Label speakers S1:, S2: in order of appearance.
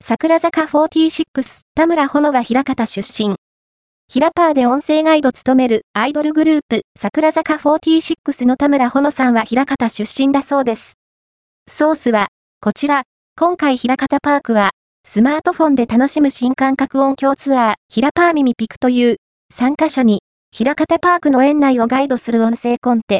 S1: 桜坂46、田村穂乃は枚方出身。ひらパーで音声ガイド務めるアイドルグループ、桜坂46の田村穂乃さんは枚方出身だそうです。ソースは、こちら、今回枚方パークは、スマートフォンで楽しむ新感覚音響ツアー、ひらパー耳ピクという、3カ所に、枚方パークの園内をガイドする音声コンテ、